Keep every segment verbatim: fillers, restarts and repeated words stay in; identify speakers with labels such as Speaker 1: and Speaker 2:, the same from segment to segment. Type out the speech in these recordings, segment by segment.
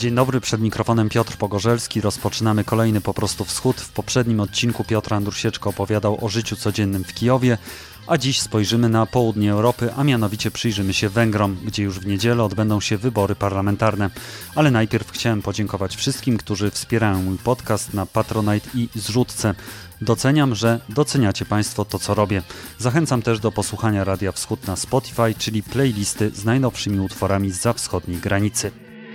Speaker 1: Dzień dobry, przed mikrofonem Piotr Pogorzelski. Rozpoczynamy kolejny Po prostu Wschód. W poprzednim odcinku Piotr Andrusieczko opowiadał o życiu codziennym w Kijowie, a dziś spojrzymy na południe Europy, a mianowicie przyjrzymy się Węgrom, gdzie już w niedzielę odbędą się wybory parlamentarne. Ale najpierw chciałem podziękować wszystkim, którzy wspierają mój podcast na Patronite i Zrzutce. Doceniam, że doceniacie Państwo to, co robię. Zachęcam też do posłuchania Radia Wschód na Spotify, czyli playlisty z najnowszymi utworami zza wschodniej granicy.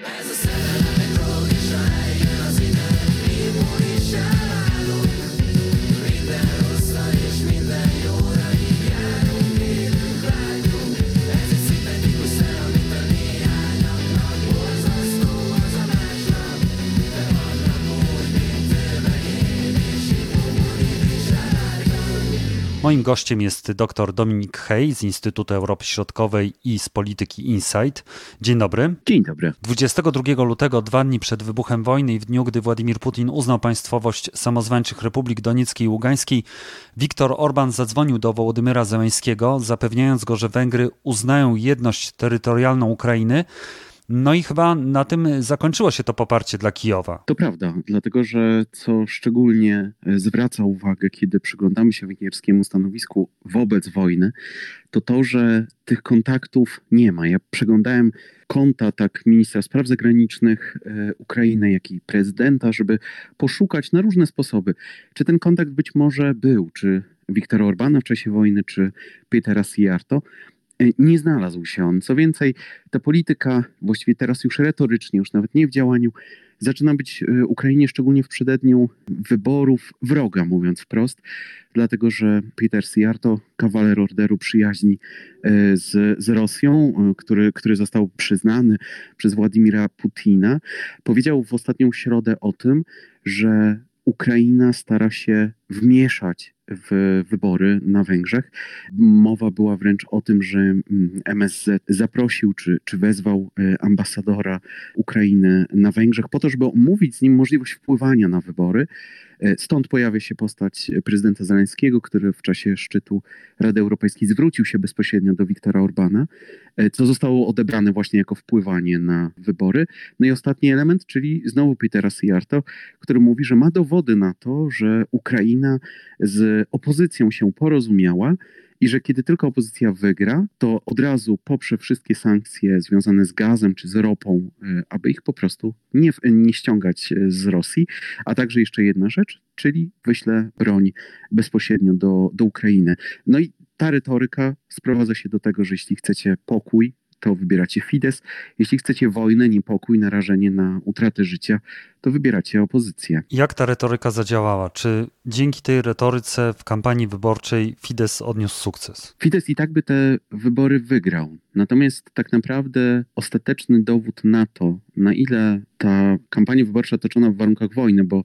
Speaker 1: Moim gościem jest dr Dominik Hej z Instytutu Europy Środkowej i z Polityki Insight. Dzień dobry.
Speaker 2: Dzień dobry.
Speaker 1: dwudziestego drugiego lutego, dwa dni przed wybuchem wojny i w dniu, gdy Władimir Putin uznał państwowość samozwańczych Republik Donieckiej i Ługańskiej, Viktor Orban zadzwonił do Wołodymyra Zełenskiego, zapewniając go, że Węgry uznają jedność terytorialną Ukrainy. No i chyba na tym zakończyło się to poparcie dla Kijowa.
Speaker 2: To prawda, dlatego że co szczególnie zwraca uwagę, kiedy przyglądamy się węgierskiemu stanowisku wobec wojny, to to, że tych kontaktów nie ma. Ja przeglądałem konta tak ministra spraw zagranicznych Ukrainy, jak i prezydenta, żeby poszukać na różne sposoby, czy ten kontakt być może był, czy Viktora Orbana w czasie wojny, czy Petera Szijjarto. Nie znalazł się on. Co więcej, ta polityka, właściwie teraz już retorycznie, już nawet nie w działaniu, zaczyna być Ukrainie, szczególnie w przededniu wyborów, wroga, mówiąc wprost, dlatego że Peter Szijjarto, kawaler Orderu Przyjaźni z, z Rosją, który, który został przyznany przez Władimira Putina, powiedział w ostatnią środę o tym, że Ukraina stara się wmieszać w wybory na Węgrzech. Mowa była wręcz o tym, że M S Z zaprosił czy, czy wezwał ambasadora Ukrainy na Węgrzech po to, żeby omówić z nim możliwość wpływania na wybory. Stąd pojawia się postać prezydenta Zełenskiego, który w czasie szczytu Rady Europejskiej zwrócił się bezpośrednio do Viktora Orbana, co zostało odebrane właśnie jako wpływanie na wybory. No i ostatni element, czyli znowu Petera Szijjarto, który mówi, że ma dowody na to, że Ukraina z opozycją się porozumiała i że kiedy tylko opozycja wygra, to od razu poprze wszystkie sankcje związane z gazem czy z ropą, aby ich po prostu nie, nie ściągać z Rosji. A także jeszcze jedna rzecz, czyli wyśle broń bezpośrednio do, do Ukrainy. No i ta retoryka sprowadza się do tego, że jeśli chcecie pokój, to wybieracie Fidesz. Jeśli chcecie wojnę, niepokój, narażenie na utratę życia, to wybieracie opozycję.
Speaker 1: Jak ta retoryka zadziałała? Czy dzięki tej retoryce w kampanii wyborczej Fidesz odniósł sukces?
Speaker 2: Fidesz i tak by te wybory wygrał. Natomiast tak naprawdę ostateczny dowód na to, na ile ta kampania wyborcza toczona w warunkach wojny, bo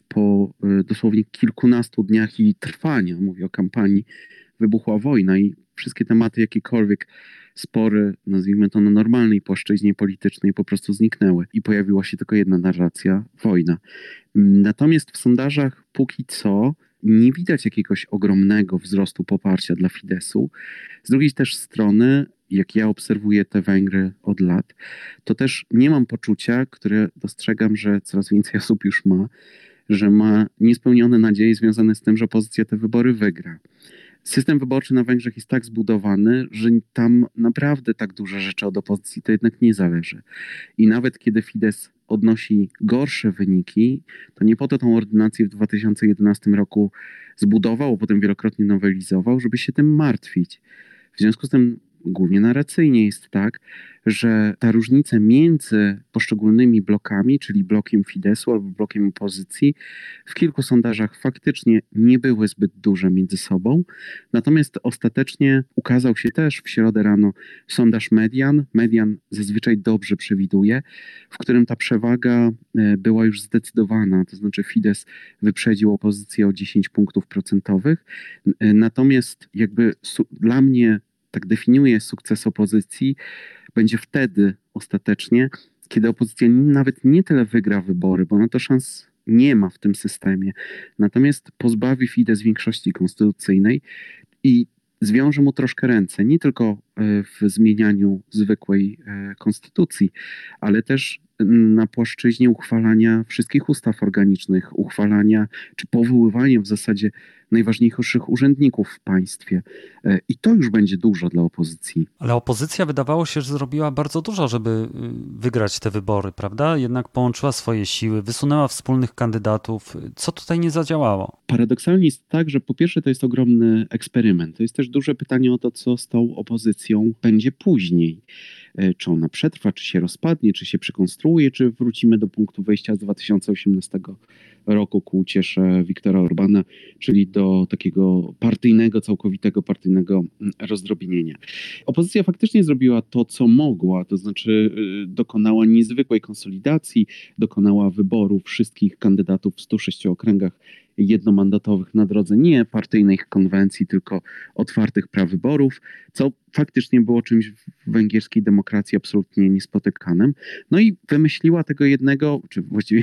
Speaker 2: po dosłownie kilkunastu dniach jej trwania, mówię o kampanii, wybuchła wojna i wszystkie tematy, jakiekolwiek spory, nazwijmy to na normalnej płaszczyźnie politycznej, po prostu zniknęły i pojawiła się tylko jedna narracja, wojna. Natomiast w sondażach póki co nie widać jakiegoś ogromnego wzrostu poparcia dla Fideszu. Z drugiej też strony, jak ja obserwuję te Węgry od lat, to też nie mam poczucia, które dostrzegam, że coraz więcej osób już ma, że ma niespełnione nadzieje związane z tym, że opozycja te wybory wygra. System wyborczy na Węgrzech jest tak zbudowany, że tam naprawdę tak duże rzeczy od opozycji to jednak nie zależy. I nawet kiedy Fidesz odnosi gorsze wyniki, to nie po to tą ordynację w dwa tysiące jedenastym roku zbudował, a potem wielokrotnie nowelizował, żeby się tym martwić. W związku z tym głównie narracyjnie jest tak, że ta różnica między poszczególnymi blokami, czyli blokiem Fideszu albo blokiem opozycji, w kilku sondażach faktycznie nie były zbyt duże między sobą. Natomiast ostatecznie ukazał się też w środę rano sondaż Median. Median zazwyczaj dobrze przewiduje, w którym ta przewaga była już zdecydowana, to znaczy Fidesz wyprzedził opozycję o dziesięć punktów procentowych. Natomiast jakby dla mnie tak definiuje sukces opozycji, będzie wtedy ostatecznie, kiedy opozycja nawet nie tyle wygra wybory, bo na to szans nie ma w tym systemie, natomiast pozbawi Fidesz większości konstytucyjnej i zwiąże mu troszkę ręce, nie tylko w zmienianiu zwykłej konstytucji, ale też na płaszczyźnie uchwalania wszystkich ustaw organicznych, uchwalania czy powoływania w zasadzie najważniejszych urzędników w państwie. I to już będzie dużo dla opozycji.
Speaker 1: Ale opozycja wydawało się, że zrobiła bardzo dużo, żeby wygrać te wybory, prawda? Jednak połączyła swoje siły, wysunęła wspólnych kandydatów. Co tutaj nie zadziałało?
Speaker 2: Paradoksalnie jest tak, że po pierwsze to jest ogromny eksperyment. To jest też duże pytanie o to, co z tą opozycją będzie później. Czy ona przetrwa, czy się rozpadnie, czy się przekonstruuje, czy wrócimy do punktu wejścia z dwa tysiące osiemnastego roku ku uciesze Viktora Orbana, czyli do takiego partyjnego, całkowitego partyjnego rozdrobnienia. Opozycja faktycznie zrobiła to, co mogła, to znaczy dokonała niezwykłej konsolidacji, dokonała wyboru wszystkich kandydatów w stu sześciu okręgach jednomandatowych na drodze nie partyjnych konwencji, tylko otwartych prawyborów, co faktycznie było czymś w węgierskiej demokracji absolutnie niespotykanym. No i wymyśliła tego jednego, czy właściwie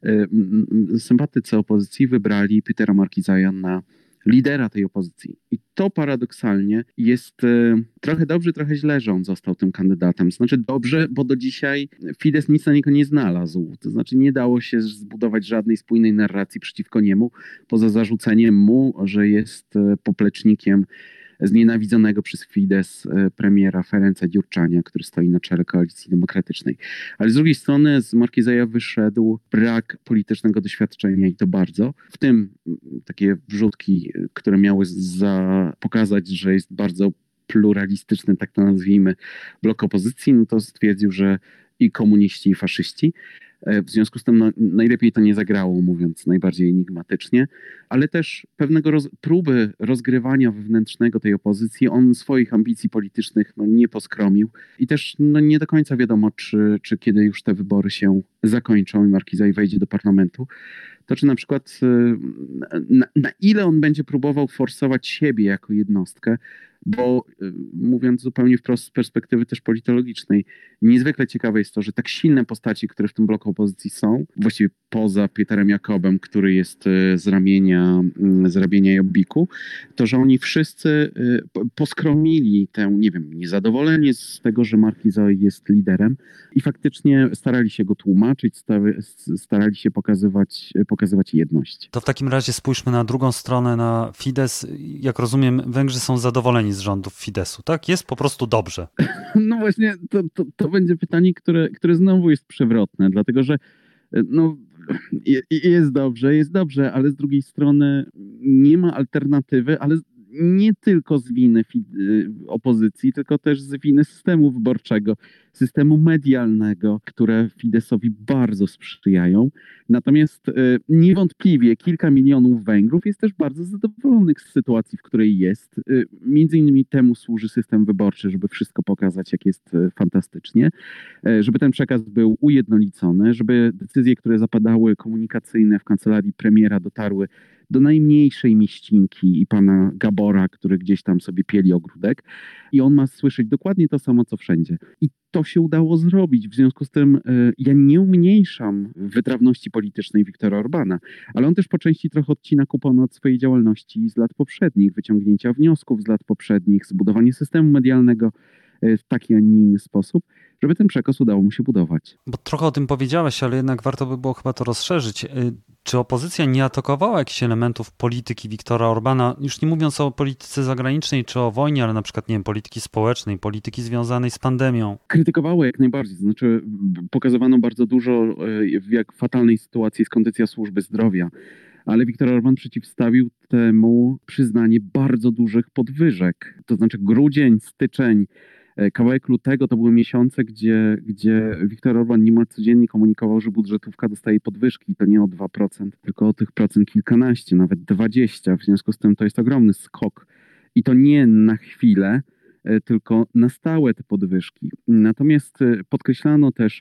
Speaker 2: e, sympatycy opozycji wybrali Petera Markizaja na lidera tej opozycji. I to paradoksalnie jest e, trochę dobrze, trochę źle, że on został tym kandydatem. Znaczy dobrze, bo do dzisiaj Fidesz nic na niego nie znalazł. To znaczy nie dało się zbudować żadnej spójnej narracji przeciwko niemu, poza zarzuceniem mu, że jest e, poplecznikiem znienawidzonego przez Fidesz premiera Ferenca Gyurcsánya, który stoi na czele Koalicji Demokratycznej. Ale z drugiej strony z Markizeja wyszedł brak politycznego doświadczenia i to bardzo. W tym takie wrzutki, które miały za pokazać, że jest bardzo pluralistyczny, tak to nazwijmy, blok opozycji, no to stwierdził, że i komuniści, i faszyści. W związku z tym no, najlepiej to nie zagrało, mówiąc najbardziej enigmatycznie, ale też pewnego roz, próby rozgrywania wewnętrznego tej opozycji, on swoich ambicji politycznych no, nie poskromił i też no, nie do końca wiadomo, czy, czy kiedy już te wybory się zakończą i Markizaj wejdzie do parlamentu, to czy na przykład na, na ile on będzie próbował forsować siebie jako jednostkę, bo mówiąc zupełnie wprost z perspektywy też politologicznej, niezwykle ciekawe jest to, że tak silne postaci, które w tym bloku opozycji są, właściwie poza Pieterem Jakobem, który jest z ramienia, z ramienia Jobbiku, to że oni wszyscy poskromili tę, nie wiem, niezadowolenie z tego, że Markizaj jest liderem i faktycznie starali się go tłumaczyć, starali się pokazywać, pokazywać jedność.
Speaker 1: To w takim razie spójrzmy na drugą stronę, na Fidesz. Jak rozumiem, Węgrzy są zadowoleni z rządów Fideszu, tak? Jest po prostu dobrze.
Speaker 2: No właśnie, to, to, to będzie pytanie, które, które znowu jest przewrotne, dlatego że no, jest dobrze, jest dobrze, ale z drugiej strony nie ma alternatywy, ale nie tylko z winy opozycji, tylko też z winy systemu wyborczego, systemu medialnego, które Fideszowi bardzo sprzyjają. Natomiast niewątpliwie kilka milionów Węgrów jest też bardzo zadowolonych z sytuacji, w której jest. Między innymi temu służy system wyborczy, żeby wszystko pokazać, jak jest fantastycznie, żeby ten przekaz był ujednolicony, żeby decyzje, które zapadały komunikacyjne w kancelarii premiera dotarły do najmniejszej mieścinki i pana Gabora, który gdzieś tam sobie pieli ogródek i on ma słyszeć dokładnie to samo, co wszędzie. I to się udało zrobić. W związku z tym y, ja nie umniejszam wytrawności politycznej Viktora Orbana, ale on też po części trochę odcina kupon od swojej działalności z lat poprzednich, wyciągnięcia wniosków z lat poprzednich, zbudowanie systemu medialnego w taki, a nie inny sposób, żeby ten przekaz udało mu się budować.
Speaker 1: Bo trochę o tym powiedziałeś, ale jednak warto by było chyba to rozszerzyć. Czy opozycja nie atakowała jakichś elementów polityki Viktora Orbana, już nie mówiąc o polityce zagranicznej czy o wojnie, ale na przykład, nie wiem, polityki społecznej, polityki związanej z pandemią?
Speaker 2: Krytykowała jak najbardziej, to znaczy pokazywano bardzo dużo, w jak fatalnej sytuacji jest kondycja służby zdrowia. Ale Viktor Orbán przeciwstawił temu przyznanie bardzo dużych podwyżek. To znaczy grudzień, styczeń, kawałek lutego to były miesiące, gdzie, gdzie Viktor Orbán niemal codziennie komunikował, że budżetówka dostaje podwyżki. To nie o dwa procent, tylko o tych procent kilkanaście, nawet dwadzieścia. W związku z tym to jest ogromny skok. I to nie na chwilę, tylko na stałe te podwyżki. Natomiast podkreślano też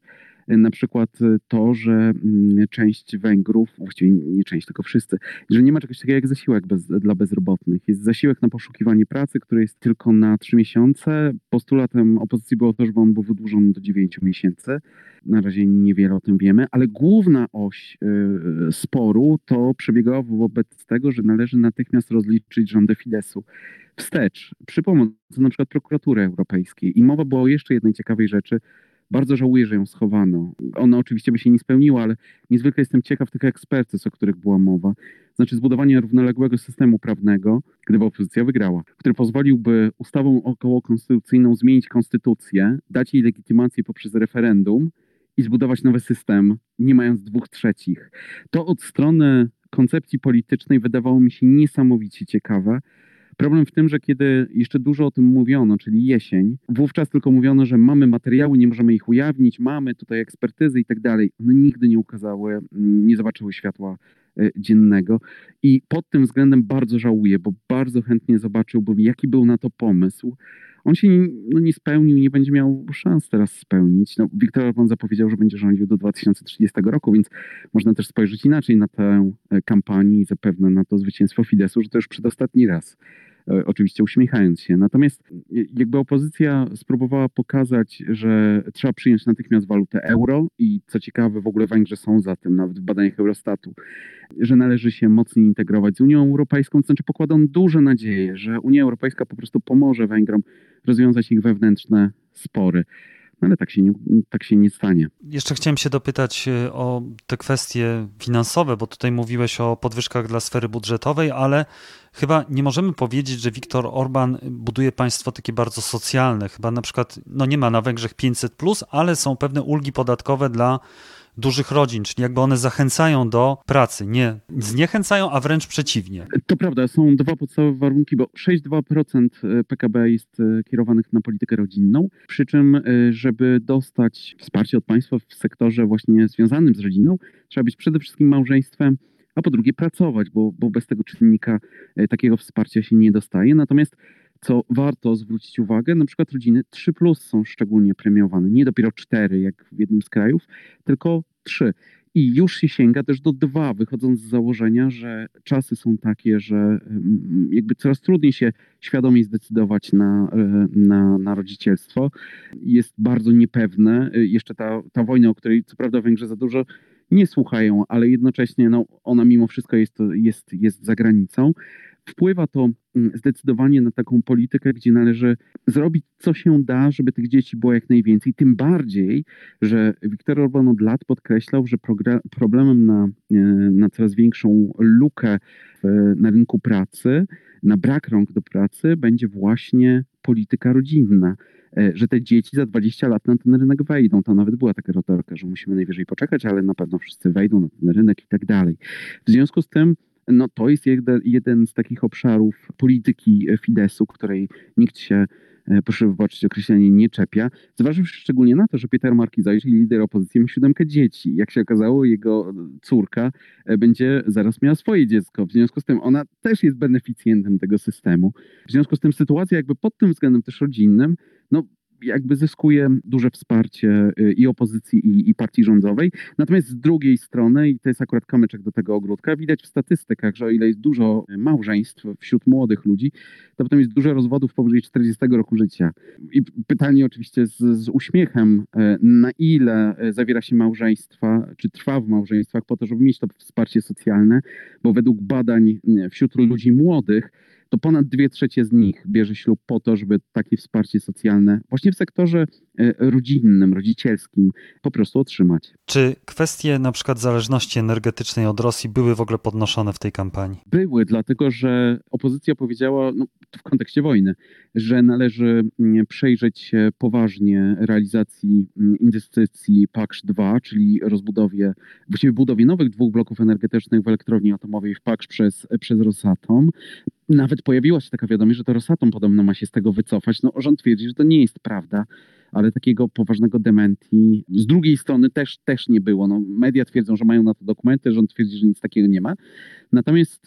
Speaker 2: Na przykład to, że część Węgrów, właściwie nie część, tylko wszyscy, że nie ma czegoś takiego jak zasiłek bez, dla bezrobotnych. Jest zasiłek na poszukiwanie pracy, który jest tylko na trzy miesiące. Postulatem opozycji było to, żeby on był wydłużony do dziewięciu miesięcy. Na razie niewiele o tym wiemy, ale główna oś y, sporu to przebiegała wobec tego, że należy natychmiast rozliczyć rządy Fideszu wstecz, przy pomocy na przykład prokuratury europejskiej. I mowa była o jeszcze jednej ciekawej rzeczy. Bardzo żałuję, że ją schowano. Ona oczywiście by się nie spełniła, ale niezwykle jestem ciekaw tych ekspertyz, o których była mowa. Znaczy zbudowanie równoległego systemu prawnego, gdyby opozycja wygrała, który pozwoliłby ustawą okołokonstytucyjną zmienić konstytucję, dać jej legitymację poprzez referendum i zbudować nowy system, nie mając dwóch trzecich. To od strony koncepcji politycznej wydawało mi się niesamowicie ciekawe. Problem w tym, że kiedy jeszcze dużo o tym mówiono, czyli jesień, wówczas tylko mówiono, że mamy materiały, nie możemy ich ujawnić, mamy tutaj ekspertyzy i tak dalej. One nigdy nie ukazały, nie zobaczyły światła dziennego i pod tym względem bardzo żałuję, bo bardzo chętnie zobaczyłbym, jaki był na to pomysł. On się nie, no nie spełnił, nie będzie miał szans teraz spełnić. No, Viktor Orbán zapowiedział, że będzie rządził do dwa tysiące trzydziestego roku, więc można też spojrzeć inaczej na tę kampanię i zapewne na to zwycięstwo Fideszu, że to już przedostatni raz. Oczywiście uśmiechając się. Natomiast jakby opozycja spróbowała pokazać, że trzeba przyjąć natychmiast walutę euro i co ciekawe w ogóle Węgrzy są za tym, nawet w badaniach Eurostatu, że należy się mocniej integrować z Unią Europejską, to znaczy pokładam duże nadzieje, że Unia Europejska po prostu pomoże Węgrom rozwiązać ich wewnętrzne spory. No ale tak się, nie, tak się nie stanie.
Speaker 1: Jeszcze chciałem się dopytać o te kwestie finansowe, bo tutaj mówiłeś o podwyżkach dla sfery budżetowej, ale chyba nie możemy powiedzieć, że Viktor Orbán buduje państwo takie bardzo socjalne. Chyba na przykład, no nie ma na Węgrzech pięćset plus, ale są pewne ulgi podatkowe dla dużych rodzin, czyli jakby one zachęcają do pracy, nie zniechęcają, a wręcz przeciwnie.
Speaker 2: To prawda, są dwa podstawowe warunki, bo sześć przecinek dwa procent P K B jest kierowanych na politykę rodzinną, przy czym żeby dostać wsparcie od państwa w sektorze właśnie związanym z rodziną, trzeba być przede wszystkim małżeństwem, a po drugie pracować, bo, bo bez tego czynnika takiego wsparcia się nie dostaje. Natomiast co warto zwrócić uwagę, na przykład rodziny trzy plus są szczególnie premiowane, nie dopiero cztery jak w jednym z krajów, tylko trzy. I już się sięga też do dwa, wychodząc z założenia, że czasy są takie, że jakby coraz trudniej się świadomie zdecydować na, na, na rodzicielstwo. Jest bardzo niepewne. Jeszcze ta, ta wojna, o której co prawda Węgrzy za dużo nie słuchają, ale jednocześnie no, ona mimo wszystko jest, jest, jest za granicą. Wpływa to zdecydowanie na taką politykę, gdzie należy zrobić, co się da, żeby tych dzieci było jak najwięcej. Tym bardziej, że Viktor Orbán od lat podkreślał, że problemem na, na coraz większą lukę w, na rynku pracy, na brak rąk do pracy będzie właśnie polityka rodzinna. Że te dzieci za dwadzieścia lat na ten rynek wejdą. To nawet była taka retorika, że musimy najwyżej poczekać, ale na pewno wszyscy wejdą na ten rynek i tak dalej. W związku z tym no to jest jeden, jeden z takich obszarów polityki Fideszu, której nikt się, proszę wybaczyć określenie, nie czepia. Zważywszy szczególnie na to, że Peter Markizaj, czyli lider opozycji, ma siódemkę dzieci. Jak się okazało, jego córka będzie zaraz miała swoje dziecko. W związku z tym ona też jest beneficjentem tego systemu. W związku z tym sytuacja jakby pod tym względem też rodzinnym, no jakby zyskuje duże wsparcie i opozycji, i, i partii rządowej. Natomiast z drugiej strony, i to jest akurat kamyczek do tego ogródka, widać w statystykach, że o ile jest dużo małżeństw wśród młodych ludzi, to potem jest dużo rozwodów powyżej czterdziestego roku życia. I pytanie oczywiście z, z uśmiechem, na ile zawiera się małżeństwa, czy trwa w małżeństwach po to, żeby mieć to wsparcie socjalne, bo według badań wśród ludzi młodych to ponad dwie trzecie z nich bierze ślub po to, żeby takie wsparcie socjalne właśnie w sektorze rodzinnym, rodzicielskim po prostu otrzymać.
Speaker 1: Czy kwestie na przykład zależności energetycznej od Rosji były w ogóle podnoszone w tej kampanii?
Speaker 2: Były, dlatego że opozycja powiedziała, no, w kontekście wojny, że należy przejrzeć się poważnie realizacji inwestycji Paksz dwa, czyli rozbudowie, właściwie budowie nowych dwóch bloków energetycznych w elektrowni atomowej w Paksz przez, przez Rosatom. Nawet pojawiła się taka wiadomość, że to Rosatom podobno ma się z tego wycofać. No, rząd twierdzi, że to nie jest prawda, ale takiego poważnego dementi z drugiej strony też, też nie było. No, media twierdzą, że mają na to dokumenty, rząd twierdzi, że nic takiego nie ma. Natomiast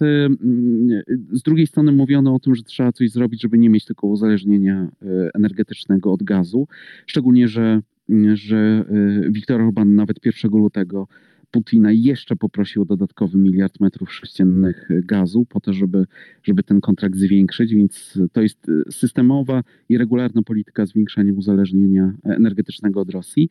Speaker 2: yy, z drugiej strony mówiono o tym, że trzeba coś zrobić, żeby nie mieć tylko uzależnienia yy, energetycznego od gazu. Szczególnie, że że Viktor Orban nawet pierwszego lutego Putina jeszcze poprosił o dodatkowy miliard metrów sześciennych gazu po to, żeby, żeby ten kontrakt zwiększyć, więc to jest systemowa i regularna polityka zwiększania uzależnienia energetycznego od Rosji.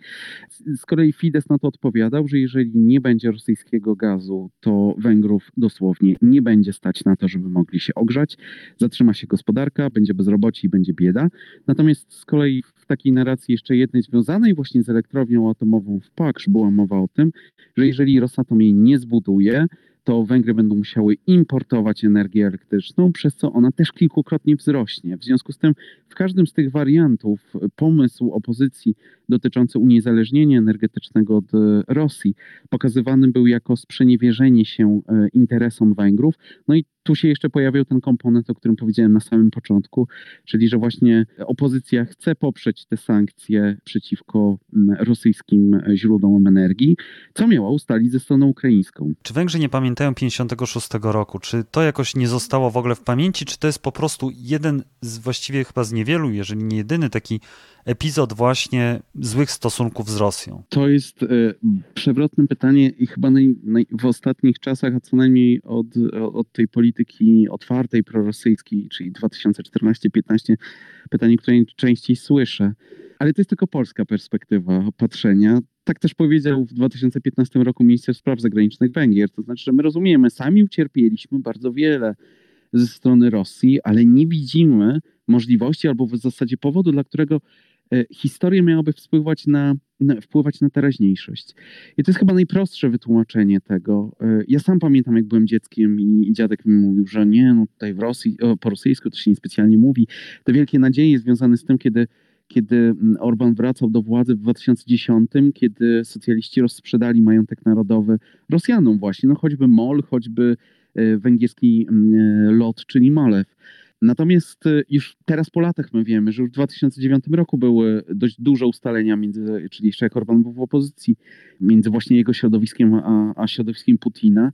Speaker 2: Z kolei Fidesz na to odpowiadał, że jeżeli nie będzie rosyjskiego gazu, to Węgrów dosłownie nie będzie stać na to, żeby mogli się ogrzać, zatrzyma się gospodarka, będzie bezrobocie i będzie bieda. Natomiast z kolei w takiej narracji jeszcze jednej związanej właśnie z elektrownią atomową w Paksz była mowa o tym, że jeżeli Rosatom jej nie zbuduje, to Węgry będą musiały importować energię elektryczną, przez co ona też kilkukrotnie wzrośnie. W związku z tym w każdym z tych wariantów pomysł opozycji dotyczący uniezależnienia energetycznego od Rosji pokazywany był jako sprzeniewierzenie się interesom Węgrów. No i tu się jeszcze pojawiał ten komponent, o którym powiedziałem na samym początku, czyli że właśnie opozycja chce poprzeć te sankcje przeciwko rosyjskim źródłom energii, co miała ustalić ze stroną ukraińską.
Speaker 1: Czy Węgrzy nie pamiętają pięćdziesiątego szóstego roku? Czy to jakoś nie zostało w ogóle w pamięci? Czy to jest po prostu jeden z właściwie chyba z niewielu, jeżeli nie jedyny taki epizod właśnie złych stosunków z Rosją?
Speaker 2: To jest e, przewrotne pytanie i chyba naj, naj, w ostatnich czasach, a co najmniej od, od tej polityki otwartej, prorosyjskiej, czyli dwa tysiące czternaście piętnaście, pytanie, które częściej słyszę. Ale to jest tylko polska perspektywa patrzenia. Tak też powiedział w dwa tysiące piętnastym roku minister spraw zagranicznych Węgier. To znaczy, że my rozumiemy, sami ucierpieliśmy bardzo wiele ze strony Rosji, ale nie widzimy możliwości albo w zasadzie powodu, dla którego historia miałaby wpływać na, na, wpływać na teraźniejszość. I to jest chyba najprostsze wytłumaczenie tego. Ja sam pamiętam, jak byłem dzieckiem i, i dziadek mi mówił, że nie, no tutaj w Rosji, o, po rosyjsku to się niespecjalnie mówi. Te wielkie nadzieje związane z tym, kiedy kiedy Orban wracał do władzy w dwa tysiące dziesiątym, kiedy socjaliści rozsprzedali majątek narodowy Rosjanom właśnie, no choćby MOL, choćby węgierski LOT, czyli Malew. Natomiast już teraz po latach my wiemy, że już w dwa tysiące dziewiątym roku były dość duże ustalenia, między, czyli jeszcze jak Orban był w opozycji, między właśnie jego środowiskiem a, a środowiskiem Putina,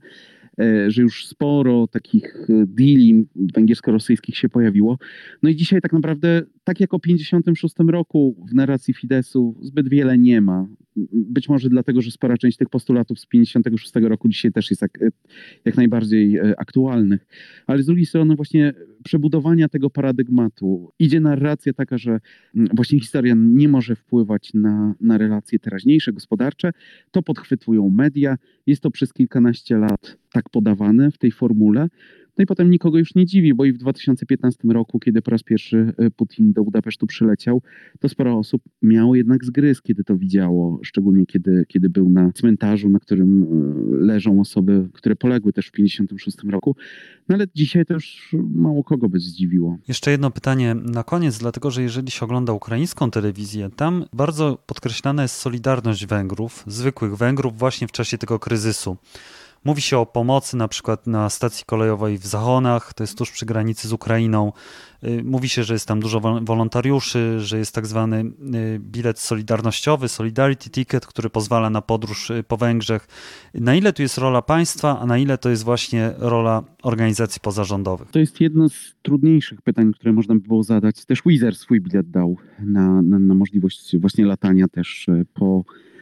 Speaker 2: że już sporo takich deali węgiersko-rosyjskich się pojawiło. No i dzisiaj tak naprawdę, tak jak o pięćdziesiątym szóstym roku w narracji Fideszu zbyt wiele nie ma. Być może dlatego, że spora część tych postulatów z pięćdziesiątego szóstego roku dzisiaj też jest jak, jak najbardziej aktualnych. Ale z drugiej strony właśnie przebudowania tego paradygmatu. Idzie narracja taka, że właśnie historia nie może wpływać na, na relacje teraźniejsze, gospodarcze. To podchwytłują media. Jest to przez kilkanaście lat tak podawane w tej formule. No i potem nikogo już nie dziwi, bo i w dwa tysiące piętnastym roku, kiedy po raz pierwszy Putin do Budapesztu przyleciał, to sporo osób miało jednak zgryz, kiedy to widziało, szczególnie kiedy, kiedy był na cmentarzu, na którym leżą osoby, które poległy też w pięćdziesiątym szóstym roku. No ale dzisiaj to już mało kogo by zdziwiło.
Speaker 1: Jeszcze jedno pytanie na koniec, dlatego że jeżeli się ogląda ukraińską telewizję, tam bardzo podkreślana jest solidarność Węgrów, zwykłych Węgrów właśnie w czasie tego kryzysu. Mówi się o pomocy na przykład na stacji kolejowej w Zachonach, to jest tuż przy granicy z Ukrainą. Mówi się, że jest tam dużo wolontariuszy, że jest tak zwany bilet solidarnościowy, Solidarity Ticket, który pozwala na podróż po Węgrzech. Na ile tu jest rola państwa, a na ile to jest właśnie rola organizacji pozarządowych?
Speaker 2: To jest jedno z trudniejszych pytań, które można by było zadać. Też Wizz Air swój bilet dał na, na, na możliwość właśnie latania też po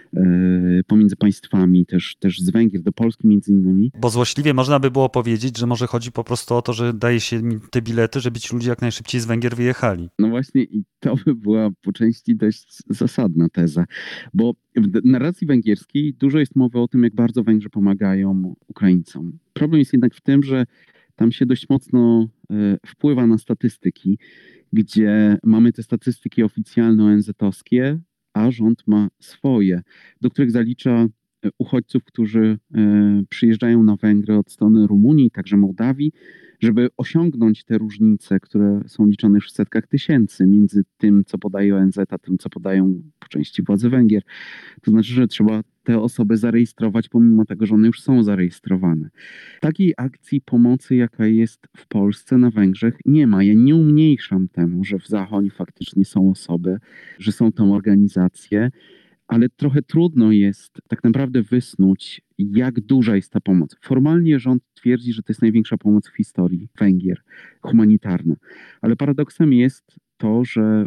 Speaker 2: pomiędzy państwami, też, też z Węgier do Polski między innymi.
Speaker 1: Bo złośliwie można by było powiedzieć, że może chodzi po prostu o to, że daje się te bilety, żeby ci ludzie jak najszybciej z Węgier wyjechali.
Speaker 2: No właśnie i to by była po części dość zasadna teza, bo w narracji węgierskiej dużo jest mowy o tym, jak bardzo Węgrzy pomagają Ukraińcom. Problem jest jednak w tym, że tam się dość mocno wpływa na statystyki, gdzie mamy te statystyki oficjalne O N Z-owskie, a rząd ma swoje, do których zalicza uchodźców, którzy przyjeżdżają na Węgry od strony Rumunii, także Mołdawii, żeby osiągnąć te różnice, które są liczone już w setkach tysięcy między tym, co podaje O N Z, a tym, co podają po części władze Węgier. To znaczy, że trzeba te osoby zarejestrować, pomimo tego, że one już są zarejestrowane. Takiej akcji pomocy, jaka jest w Polsce, na Węgrzech, nie ma. Ja nie umniejszam temu, że w Zachoń faktycznie są osoby, że są tam organizacje, ale trochę trudno jest tak naprawdę wysnuć, jak duża jest ta pomoc. Formalnie rząd twierdzi, że to jest największa pomoc w historii Węgier, humanitarna. Ale paradoksem jest to, że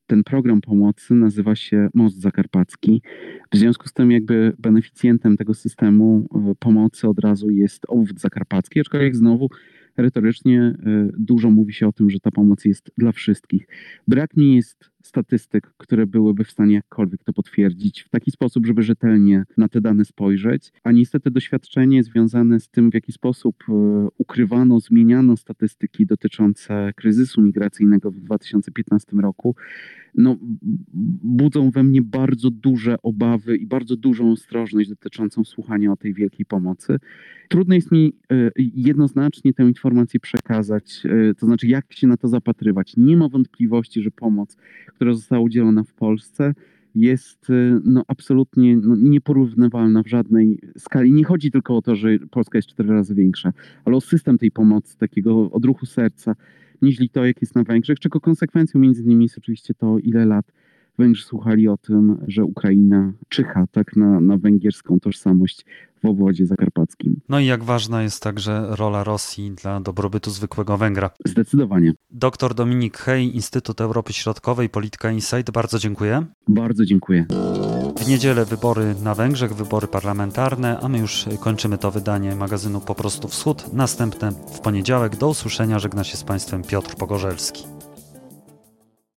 Speaker 2: ten program pomocy nazywa się Most Zakarpacki. W związku z tym jakby beneficjentem tego systemu pomocy od razu jest obwód zakarpacki, aczkolwiek znowu retorycznie dużo mówi się o tym, że ta pomoc jest dla wszystkich. Brak mi jest statystyk, które byłyby w stanie jakkolwiek to potwierdzić w taki sposób, żeby rzetelnie na te dane spojrzeć, a niestety doświadczenie związane z tym, w jaki sposób ukrywano, zmieniano statystyki dotyczące kryzysu migracyjnego w dwa tysiące piętnastym roku, no, budzą we mnie bardzo duże obawy i bardzo dużą ostrożność dotyczącą słuchania o tej wielkiej pomocy. Trudno jest mi jednoznacznie tę informację przekazać, to znaczy jak się na to zapatrywać. Nie ma wątpliwości, że pomoc, która została udzielona w Polsce, jest no, absolutnie no, nieporównywalna w żadnej skali. Nie chodzi tylko o to, że Polska jest cztery razy większa, ale o system tej pomocy, takiego odruchu serca, niźli to, jak jest na Węgrzech, czego konsekwencją między innymi jest oczywiście to, ile lat Węgrzy słuchali o tym, że Ukraina czyha tak na, na węgierską tożsamość w obwodzie zakarpackim.
Speaker 1: No i jak ważna jest także rola Rosji dla dobrobytu zwykłego Węgra.
Speaker 2: Zdecydowanie.
Speaker 1: Doktor Dominik Hej, Instytut Europy Środkowej, Polityka Insight. Bardzo dziękuję.
Speaker 2: Bardzo dziękuję.
Speaker 1: W niedzielę wybory na Węgrzech, wybory parlamentarne, a my już kończymy to wydanie magazynu Po prostu Wschód. Następne w poniedziałek. Do usłyszenia. Żegna się z Państwem Piotr Pogorzelski.